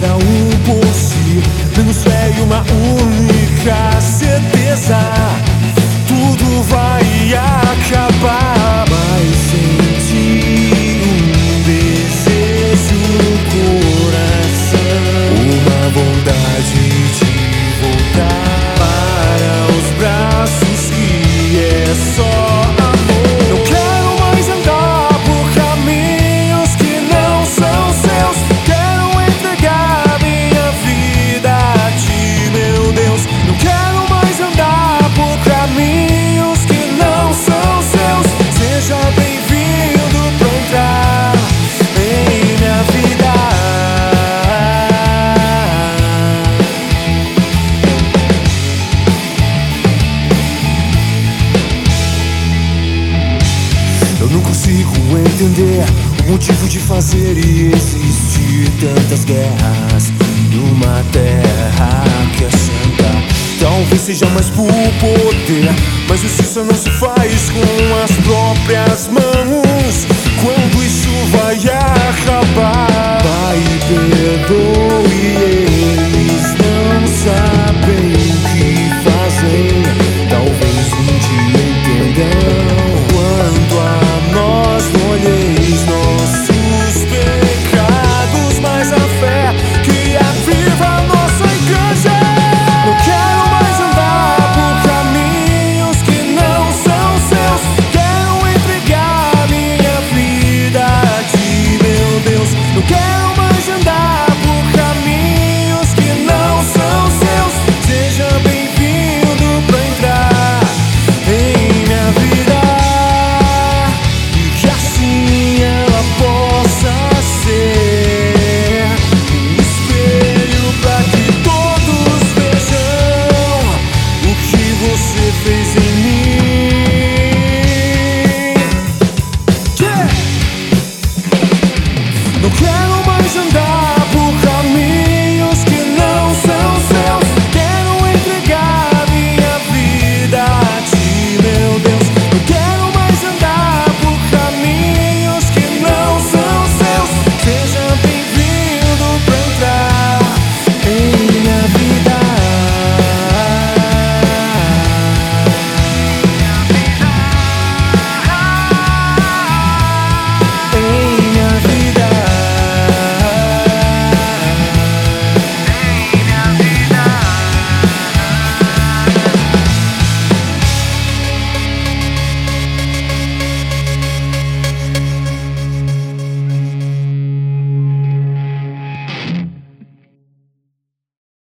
Era um porsi, menos fé e uma única certeza: tudo vai acabar. Mas senti um desejo no coração, uma vontade de voltar para os braços que é só amor. Não quero mais andar por caminhos que não são seus. Quero entregar minha vida a ti, meu Deus. Não quero mais andar por caminhos que não são seus. Seja bem-vindo pra entrar em minha vida. Eu não consigo entender o motivo de fazer e existir tantas guerras numa terra que é santa. Talvez seja mais por poder, mas justiça não se faz com as próprias mãos. Quando isso vai acabar?